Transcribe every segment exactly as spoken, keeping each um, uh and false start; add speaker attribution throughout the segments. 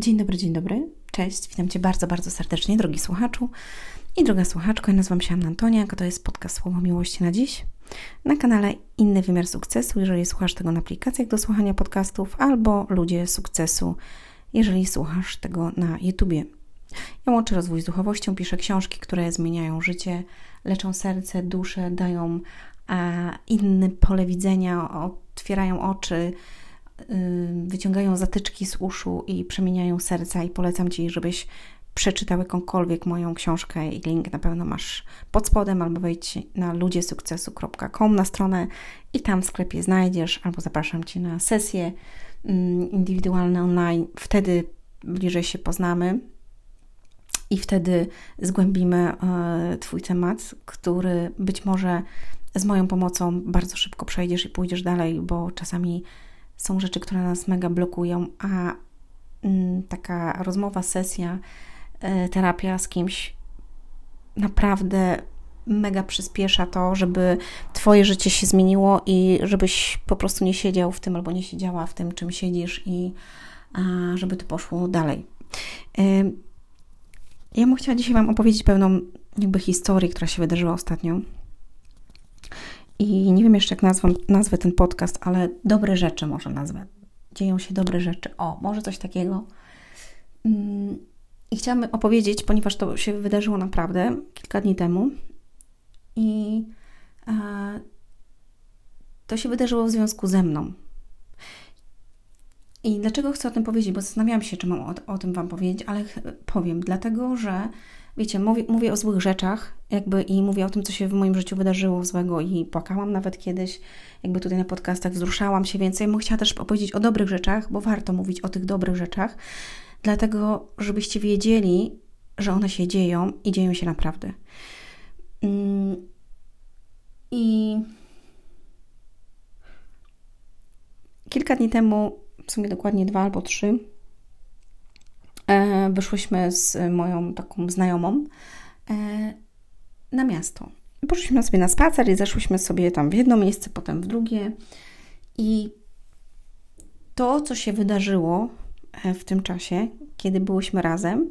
Speaker 1: Dzień dobry, dzień dobry. Cześć, witam Cię bardzo, bardzo serdecznie, drogi słuchaczu i droga słuchaczko. Ja nazywam się Anna Antoniak, to jest podcast Słowo Miłości na dziś. Na kanale Inny Wymiar Sukcesu, jeżeli słuchasz tego na aplikacjach do słuchania podcastów, albo Ludzie Sukcesu, jeżeli słuchasz tego na YouTubie. Ja łączę rozwój z duchowością, piszę książki, które zmieniają życie, leczą serce, duszę, dają a, inne pole widzenia, otwierają oczy, wyciągają zatyczki z uszu i przemieniają serca i polecam Ci, żebyś przeczytał jakąkolwiek moją książkę i link na pewno masz pod spodem, albo wejdź na ludzie sukcesu kropka com na stronę i tam w sklepie znajdziesz, albo zapraszam Cię na sesje indywidualne online. Wtedy bliżej się poznamy i wtedy zgłębimy Twój temat, który być może z moją pomocą bardzo szybko przejdziesz i pójdziesz dalej, bo czasami są rzeczy, które nas mega blokują, a mm, taka rozmowa, sesja, y, terapia z kimś naprawdę mega przyspiesza to, żeby Twoje życie się zmieniło i żebyś po prostu nie siedział w tym albo nie siedziała w tym, czym siedzisz i a, żeby to poszło dalej. Y, ja bym chciała dzisiaj Wam opowiedzieć pewną jakby historię, która się wydarzyła ostatnio. I nie wiem jeszcze, jak nazwę, nazwę ten podcast, ale dobre rzeczy może nazwę. Dzieją się dobre rzeczy. O, może coś takiego. I chciałam opowiedzieć, ponieważ to się wydarzyło naprawdę kilka dni temu. I a, to się wydarzyło w związku ze mną. I dlaczego chcę o tym powiedzieć? Bo zastanawiałam się, czy mam o, o tym Wam powiedzieć, ale powiem. Dlatego, że wiecie, mówię, mówię o złych rzeczach jakby i mówię o tym, co się w moim życiu wydarzyło złego i płakałam nawet kiedyś, jakby tutaj na podcastach wzruszałam się więcej. Ja bym chciała też opowiedzieć o dobrych rzeczach, bo warto mówić o tych dobrych rzeczach, dlatego, żebyście wiedzieli, że one się dzieją i dzieją się naprawdę. I kilka dni temu, w sumie dokładnie dwa albo trzy, wyszłyśmy z moją taką znajomą na miasto. Poszliśmy sobie na spacer i zeszłyśmy sobie tam w jedno miejsce, potem w drugie. I to, co się wydarzyło w tym czasie, kiedy byłyśmy razem,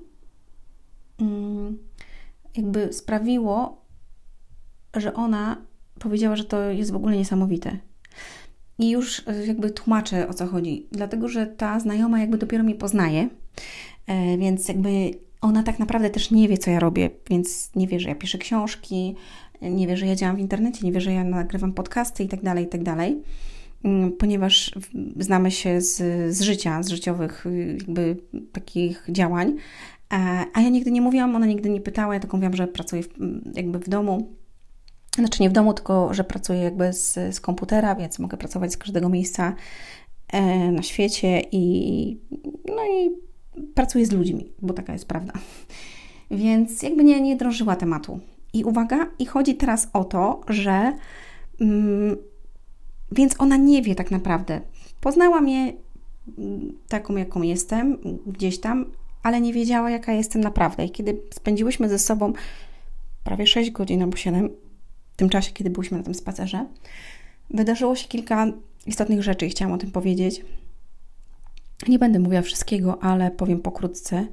Speaker 1: jakby sprawiło, że ona powiedziała, że to jest w ogóle niesamowite. I już jakby tłumaczę, o co chodzi. Dlatego, że ta znajoma jakby dopiero mnie poznaje, więc jakby ona tak naprawdę też nie wie, co ja robię, więc nie wie, że ja piszę książki, nie wie, że ja działam w internecie, nie wie, że ja nagrywam podcasty i tak dalej, i tak dalej, ponieważ znamy się z, z życia, z życiowych jakby takich działań, a ja nigdy nie mówiłam, ona nigdy nie pytała, ja tylko mówiłam, że pracuję w, jakby w domu, znaczy nie w domu, tylko że pracuję jakby z, z komputera, więc mogę pracować z każdego miejsca e, na świecie i no i pracuję z ludźmi, bo taka jest prawda. Więc jakby nie, nie drążyła tematu. I uwaga, i chodzi teraz o to, że mm, więc ona nie wie tak naprawdę. Poznała mnie taką, jaką jestem, gdzieś tam, ale nie wiedziała, jaka jestem naprawdę. I kiedy spędziłyśmy ze sobą prawie sześć godzin albo siedem, w tym czasie, kiedy byliśmy na tym spacerze, wydarzyło się kilka istotnych rzeczy i chciałam o tym powiedzieć. Nie będę mówiła wszystkiego, ale powiem pokrótce.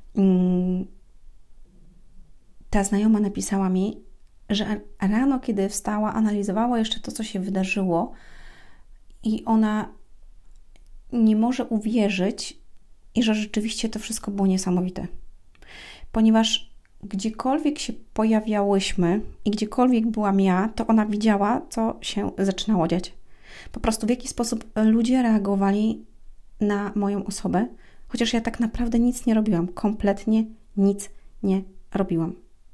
Speaker 1: Ta znajoma napisała mi, że rano, kiedy wstała, analizowała jeszcze to, co się wydarzyło i ona nie może uwierzyć, i że rzeczywiście to wszystko było niesamowite. Ponieważ gdziekolwiek się pojawiałyśmy i gdziekolwiek byłam ja, to ona widziała, co się zaczynało dziać. Po prostu w jaki sposób ludzie reagowali na moją osobę, chociaż ja tak naprawdę nic nie robiłam. Kompletnie nic nie robiłam.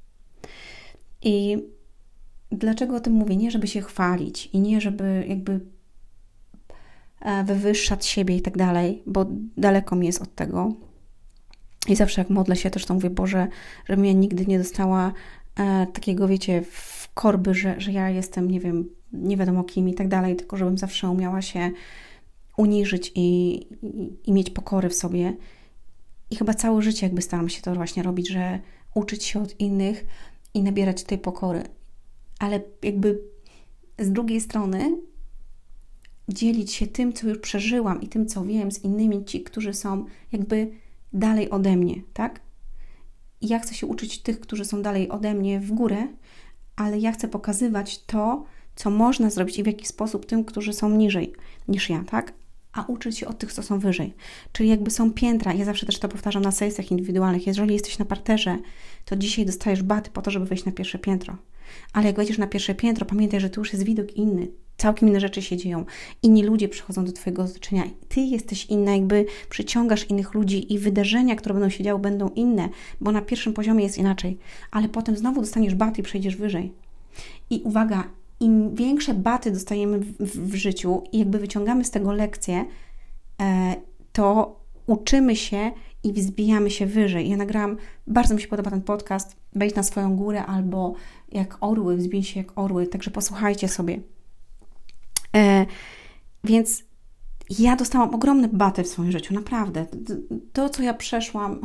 Speaker 1: I dlaczego o tym mówię? Nie, żeby się chwalić i nie, żeby jakby wywyższać siebie i tak dalej, bo daleko mi jest od tego. I zawsze jak modlę się, też to mówię, Boże, żebym ja nigdy nie dostała e, takiego, wiecie, w korby, że, że ja jestem, nie wiem, nie wiadomo kim i tak dalej, tylko żebym zawsze umiała się uniżyć i, i, i mieć pokory w sobie. I chyba całe życie jakby staram się to właśnie robić, że uczyć się od innych i nabierać tej pokory. Ale jakby z drugiej strony dzielić się tym, co już przeżyłam i tym, co wiem z innymi, ci, którzy są jakby dalej ode mnie, tak? I ja chcę się uczyć tych, którzy są dalej ode mnie w górę, ale ja chcę pokazywać to, co można zrobić i w jaki sposób tym, którzy są niżej niż ja, tak? A uczyć się od tych, co są wyżej. Czyli jakby są piętra. Ja zawsze też to powtarzam na sesjach indywidualnych. Jeżeli jesteś na parterze, to dzisiaj dostajesz baty po to, żeby wejść na pierwsze piętro. Ale jak wejdziesz na pierwsze piętro, pamiętaj, że tu już jest widok inny. Całkiem inne rzeczy się dzieją. Inni ludzie przychodzą do Twojego otoczenia. Ty jesteś inna, jakby przyciągasz innych ludzi i wydarzenia, które będą się działy, będą inne, bo na pierwszym poziomie jest inaczej. Ale potem znowu dostaniesz baty i przejdziesz wyżej. I uwaga, im większe baty dostajemy w, w, w życiu i jakby wyciągamy z tego lekcje, e, to uczymy się i wzbijamy się wyżej. Ja nagrałam, bardzo mi się podoba ten podcast, wejdź na swoją górę albo jak orły, wzbij się jak orły, także posłuchajcie sobie. E, więc ja dostałam ogromne baty w swoim życiu, naprawdę. To, to co ja przeszłam,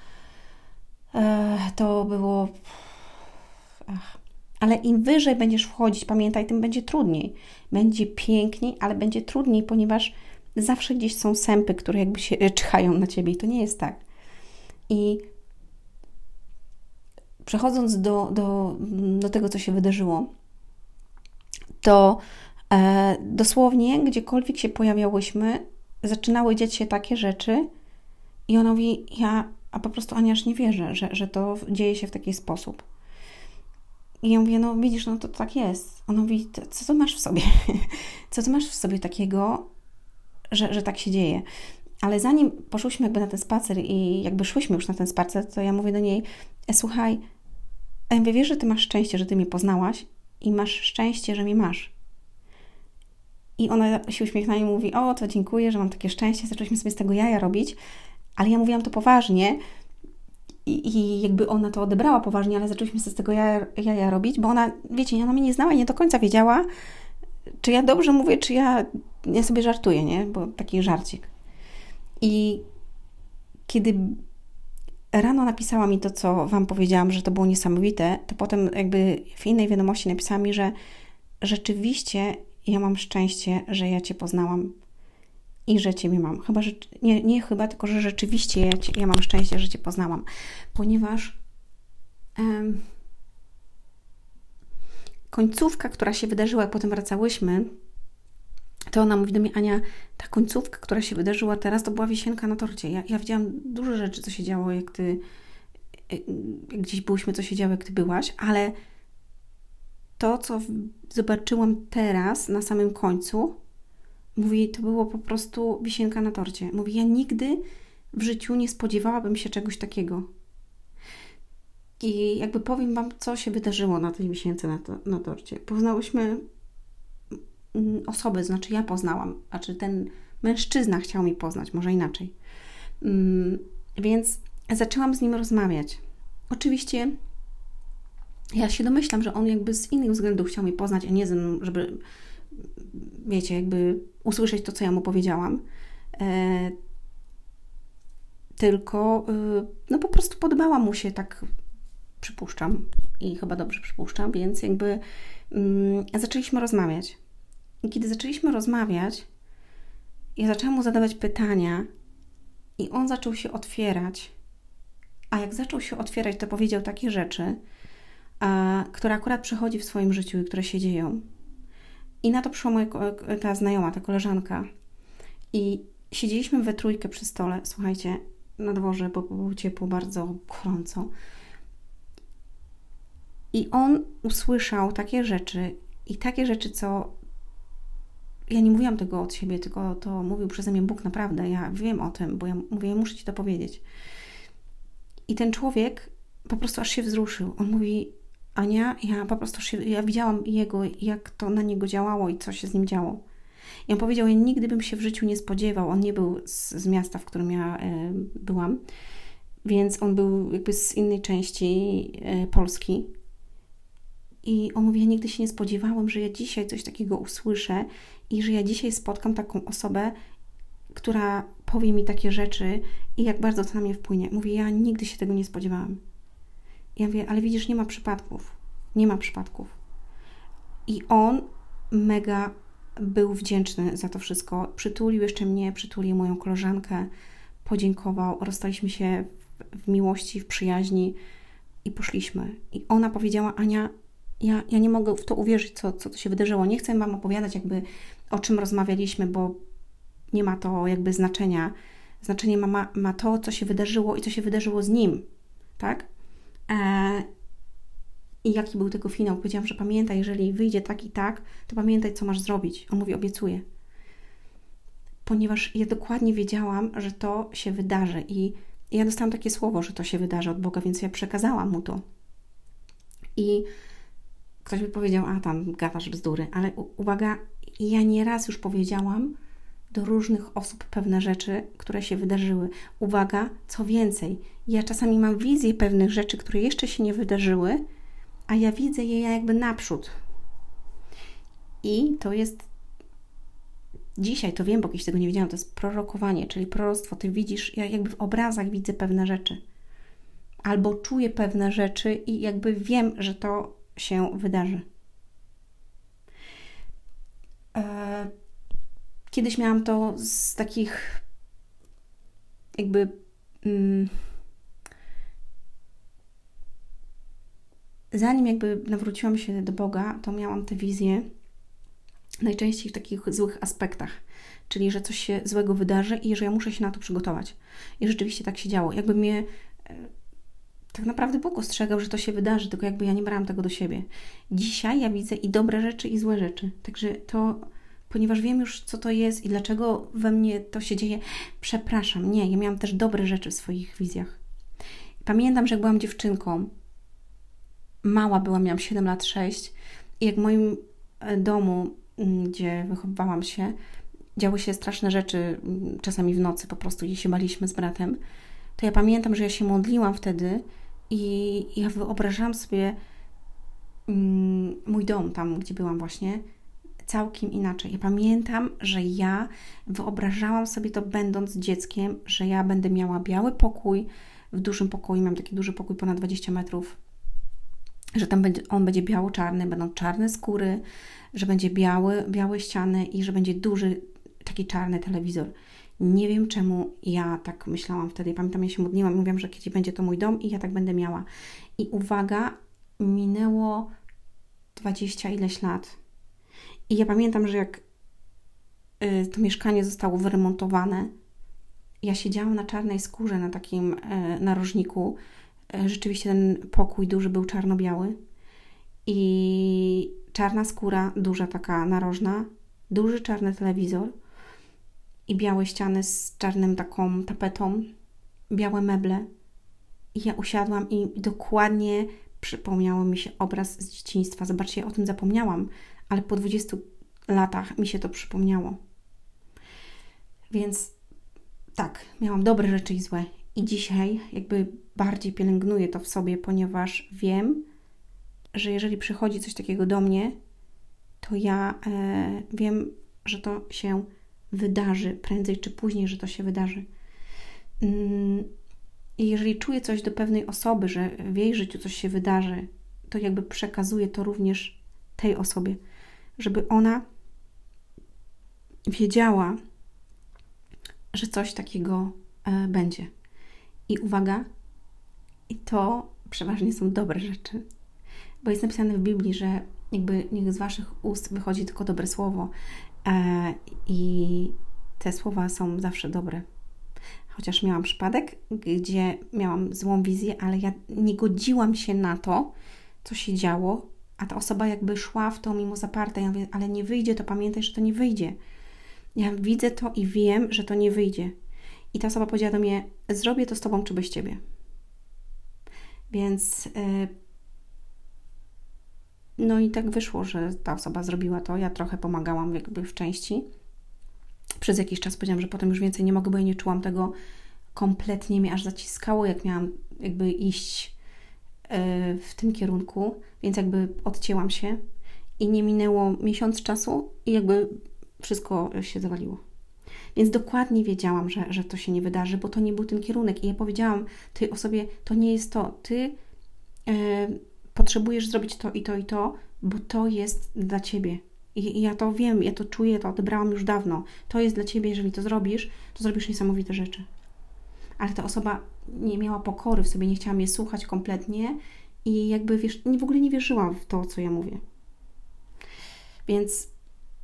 Speaker 1: e, to było... Ach. Ale im wyżej będziesz wchodzić, pamiętaj, tym będzie trudniej. Będzie piękniej, ale będzie trudniej, ponieważ zawsze gdzieś są sępy, które jakby się czyhają na Ciebie i to nie jest tak. I przechodząc do, do, do tego, co się wydarzyło, to e, dosłownie gdziekolwiek się pojawiałyśmy, zaczynały dziać się takie rzeczy i ona mówi, ja a po prostu Ania aż nie wierzę, że, że to dzieje się w taki sposób. I ja mówię, no widzisz, no to tak jest. Ona mówi, co ty masz w sobie? Co ty masz w sobie takiego, że, że tak się dzieje? Ale zanim poszłyśmy jakby na ten spacer i jakby szłyśmy już na ten spacer, to ja mówię do niej, e, słuchaj, ja mówię, wiesz, że ty masz szczęście, że ty mnie poznałaś i masz szczęście, że mnie masz. I ona się uśmiechnęła i mówi, o, to dziękuję, że mam takie szczęście, zaczęliśmy sobie z tego jaja robić, ale ja mówiłam to poważnie, I, I jakby ona to odebrała poważnie, ale zaczęliśmy sobie z tego jaja, jaja robić, bo ona, wiecie, ona mnie nie znała i nie do końca wiedziała, czy ja dobrze mówię, czy ja, ja sobie żartuję, nie? Bo taki żarcik. I kiedy rano napisała mi to, co Wam powiedziałam, że to było niesamowite, to potem jakby w innej wiadomości napisała mi, że rzeczywiście ja mam szczęście, że ja Cię poznałam i że Ciebie mam. Chyba, że nie, nie chyba, tylko że rzeczywiście ja, ja mam szczęście, że Cię poznałam. Ponieważ em, końcówka, która się wydarzyła, jak potem wracałyśmy, to ona mówi do mnie, Ania, ta końcówka, która się wydarzyła teraz, to była wisienka na torcie. Ja, ja widziałam dużo rzeczy, co się działo, jak Ty jak gdzieś byłyśmy, co się działo, jak Ty byłaś, ale to, co zobaczyłam teraz, na samym końcu, mówi, to było po prostu wisienka na torcie. Mówi, ja nigdy w życiu nie spodziewałabym się czegoś takiego. I jakby powiem Wam, co się wydarzyło na tej wisience na, to, na torcie. Poznałyśmy osoby, znaczy ja poznałam, a czy ten mężczyzna chciał mi poznać, może inaczej. Um, więc zaczęłam z nim rozmawiać. Oczywiście ja się domyślam, że on jakby z innych względów chciał mnie poznać, a nie ze mną, żeby, wiecie, jakby usłyszeć to, co ja mu powiedziałam. E, tylko y, no po prostu podobała mu się, tak przypuszczam i chyba dobrze przypuszczam, więc jakby y, zaczęliśmy rozmawiać. I kiedy zaczęliśmy rozmawiać, ja zaczęłam mu zadawać pytania i on zaczął się otwierać. A jak zaczął się otwierać, to powiedział takie rzeczy, a, które akurat przychodzi w swoim życiu i które się dzieją. I na to przyszła moja ta znajoma, ta koleżanka. I siedzieliśmy we trójkę przy stole, słuchajcie, na dworze, bo było ciepło, bardzo gorąco. I on usłyszał takie rzeczy i takie rzeczy, co ja nie mówiłam tego od siebie, tylko to mówił przeze mnie Bóg naprawdę. Ja wiem o tym, bo ja mówię, ja muszę Ci to powiedzieć. I ten człowiek po prostu aż się wzruszył. On mówi, Ania, ja po prostu się, ja widziałam jego, jak to na niego działało i co się z nim działo. I on powiedział, ja nigdy bym się w życiu nie spodziewał. On nie był z, z miasta, w którym ja y, byłam, więc on był jakby z innej części y, Polski. I on mówi, ja nigdy się nie spodziewałem, że ja dzisiaj coś takiego usłyszę i że ja dzisiaj spotkam taką osobę, która powie mi takie rzeczy i jak bardzo to na mnie wpłynie. Mówi, ja nigdy się tego nie spodziewałam. Ja mówię, ale widzisz, nie ma przypadków. Nie ma przypadków. I on mega był wdzięczny za to wszystko. Przytulił jeszcze mnie, przytulił moją koleżankę. podziękował, rozstaliśmy się w, w miłości, w przyjaźni i poszliśmy. I ona powiedziała: Ania, ja, ja nie mogę w to uwierzyć, co, co to się wydarzyło. Nie chcę Wam opowiadać jakby o czym rozmawialiśmy, bo nie ma to jakby znaczenia. Znaczenie ma, ma, ma to, co się wydarzyło i co się wydarzyło z nim, tak? E, I jaki był tego finał? Powiedziałam, że pamiętaj, jeżeli wyjdzie tak i tak, to pamiętaj, co masz zrobić. On mówi: obiecuję. Ponieważ ja dokładnie wiedziałam, że to się wydarzy i ja dostałam takie słowo, że to się wydarzy od Boga, więc ja przekazałam mu to. I ktoś by powiedział: a tam gadasz bzdury, ale uwaga, ja nieraz już powiedziałam do różnych osób pewne rzeczy, które się wydarzyły. Uwaga, co więcej, ja czasami mam wizję pewnych rzeczy, które jeszcze się nie wydarzyły, a ja widzę je jakby naprzód. I to jest, dzisiaj to wiem, bo kiedyś tego nie wiedziałam, to jest prorokowanie, czyli proroctwo. Ty widzisz, ja jakby w obrazach widzę pewne rzeczy. Albo czuję pewne rzeczy i jakby wiem, że to się wydarzy. Kiedyś miałam to z takich jakby mm, zanim jakby nawróciłam się do Boga, to miałam te wizje najczęściej w takich złych aspektach, czyli że coś się złego wydarzy i że ja muszę się na to przygotować. I rzeczywiście tak się działo. Jakby mnie tak naprawdę Bóg ostrzegał, że to się wydarzy, tylko jakby ja nie brałam tego do siebie. Dzisiaj ja widzę i dobre rzeczy, i złe rzeczy. Także to, ponieważ wiem już, co to jest i dlaczego we mnie to się dzieje, przepraszam, nie, ja miałam też dobre rzeczy w swoich wizjach. Pamiętam, że jak byłam dziewczynką, mała byłam, miałam siedem lat, sześć i jak w moim domu, gdzie wychowywałam się, działy się straszne rzeczy, czasami w nocy po prostu, gdzie się baliśmy z bratem, to ja pamiętam, że ja się modliłam wtedy i ja wyobrażałam sobie mm, mój dom tam, gdzie byłam właśnie, całkiem inaczej. Ja pamiętam, że ja wyobrażałam sobie to, będąc dzieckiem, że ja będę miała biały pokój, w dużym pokoju, mam taki duży pokój ponad dwadzieścia metrów, że tam będzie, on będzie biało-czarny, będą czarne skóry, że będzie biały, białe ściany i że będzie duży, taki czarny telewizor. Nie wiem, czemu ja tak myślałam wtedy. Pamiętam, ja się modliłam i mówiłam, że kiedyś będzie to mój dom i ja tak będę miała. I uwaga, minęło dwadzieścia ileś lat. I ja pamiętam, że jak y, to mieszkanie zostało wyremontowane, ja siedziałam na czarnej skórze, na takim y, narożniku. Y, rzeczywiście ten pokój duży był czarno-biały. I czarna skóra, duża taka narożna, duży czarny telewizor i białe ściany z czarnym taką tapetą, białe meble. I ja usiadłam i dokładnie przypomniało mi się obraz z dzieciństwa. Zobaczcie, ja o tym zapomniałam, ale po dwudziestu latach mi się to przypomniało. Więc tak, miałam dobre rzeczy i złe. I dzisiaj jakby bardziej pielęgnuję to w sobie, ponieważ wiem, że jeżeli przychodzi coś takiego do mnie, to ja e, wiem, że to się wydarzy prędzej czy później, że to się wydarzy. I jeżeli czuję coś do pewnej osoby, że w jej życiu coś się wydarzy, to jakby przekazuję to również tej osobie, żeby ona wiedziała, że coś takiego e, będzie. I uwaga, i to przeważnie są dobre rzeczy, bo jest napisane w Biblii, że jakby niech z waszych ust wychodzi tylko dobre słowo e, i te słowa są zawsze dobre. Chociaż miałam przypadek, gdzie miałam złą wizję, ale ja nie godziłam się na to, co się działo, a ta osoba jakby szła w to mimo zaparte. Ja mówię, ale nie wyjdzie, to pamiętaj, że to nie wyjdzie. Ja widzę to i wiem, że to nie wyjdzie. I ta osoba powiedziała do mnie, zrobię to z tobą czy bez ciebie. Więc yy, no i tak wyszło, że ta osoba zrobiła to. Ja trochę pomagałam jakby w części. Przez jakiś czas powiedziałam, że potem już więcej nie mogę, bo ja nie czułam tego kompletnie. Mnie aż zaciskało, jak miałam jakby iść yy, w tym kierunku, więc jakby odcięłam się i nie minęło miesiąc czasu i jakby wszystko się zawaliło. Więc dokładnie wiedziałam, że, że to się nie wydarzy, bo to nie był ten kierunek. I ja powiedziałam tej osobie, to nie jest to. Ty yy, potrzebujesz zrobić to i to i to, bo to jest dla Ciebie. I, I ja to wiem, ja to czuję, to odebrałam już dawno. To jest dla Ciebie, jeżeli to zrobisz, to zrobisz niesamowite rzeczy. ale ta osoba nie miała pokory w sobie, nie chciała mnie słuchać kompletnie i jakby wiesz, w ogóle nie wierzyła w to, co ja mówię. Więc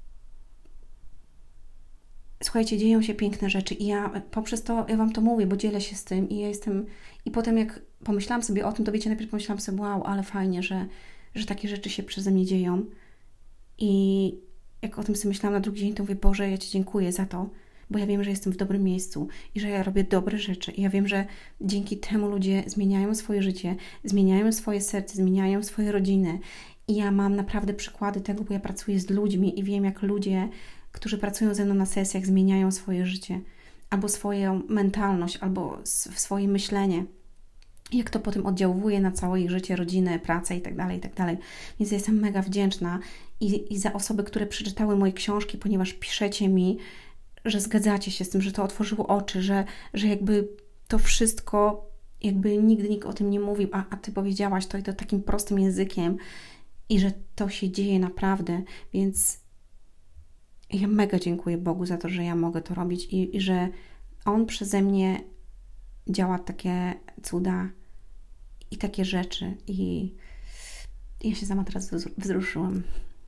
Speaker 1: słuchajcie, dzieją się piękne rzeczy i ja poprzez to, ja Wam to mówię, bo dzielę się z tym i ja jestem, i potem jak pomyślałam sobie o tym, to wiecie, najpierw pomyślałam sobie, wow, ale fajnie, że, że takie rzeczy się przeze mnie dzieją i jak o tym sobie myślałam na drugi dzień, to mówię, Boże, ja Ci dziękuję za to, bo ja wiem, że jestem w dobrym miejscu i że ja robię dobre rzeczy i ja wiem, że dzięki temu ludzie zmieniają swoje życie, zmieniają swoje serce, zmieniają swoje rodziny i ja mam naprawdę przykłady tego, bo ja pracuję z ludźmi i wiem, jak ludzie, którzy pracują ze mną na sesjach, zmieniają swoje życie, albo swoją mentalność, albo swoje myślenie, jak to potem oddziałuje na całe ich życie, rodzinę, pracę i tak dalej, i tak dalej. Więc ja jestem mega wdzięczna i, i za osoby, które przeczytały moje książki, ponieważ piszecie mi, że zgadzacie się z tym, że to otworzyło oczy, że, że jakby to wszystko, jakby nigdy nikt o tym nie mówił, a, a Ty powiedziałaś to i to takim prostym językiem i że to się dzieje naprawdę, więc ja mega dziękuję Bogu za to, że ja mogę to robić i, i że On przeze mnie działa takie cuda i takie rzeczy i ja się sama teraz wzruszyłam.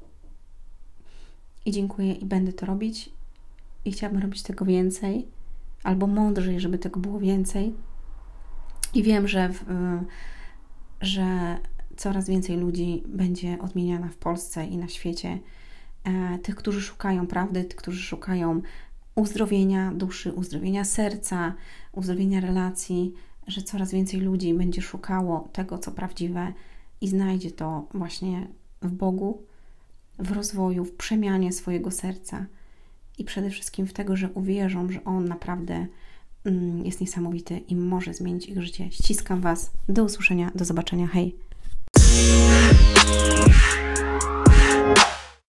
Speaker 1: I dziękuję i będę to robić i chciałabym robić tego więcej albo mądrzej, żeby tego było więcej i wiem, że, w, że coraz więcej ludzi będzie odmieniana w Polsce i na świecie, e, tych, którzy szukają prawdy, tych, którzy szukają uzdrowienia duszy, uzdrowienia serca, uzdrowienia relacji, że coraz więcej ludzi będzie szukało tego, co prawdziwe i znajdzie to właśnie w Bogu, w rozwoju, w przemianie swojego serca i przede wszystkim w tego, że uwierzą, że On naprawdę mm, jest niesamowity i może zmienić ich życie. Ściskam Was. Do usłyszenia, do zobaczenia. Hej!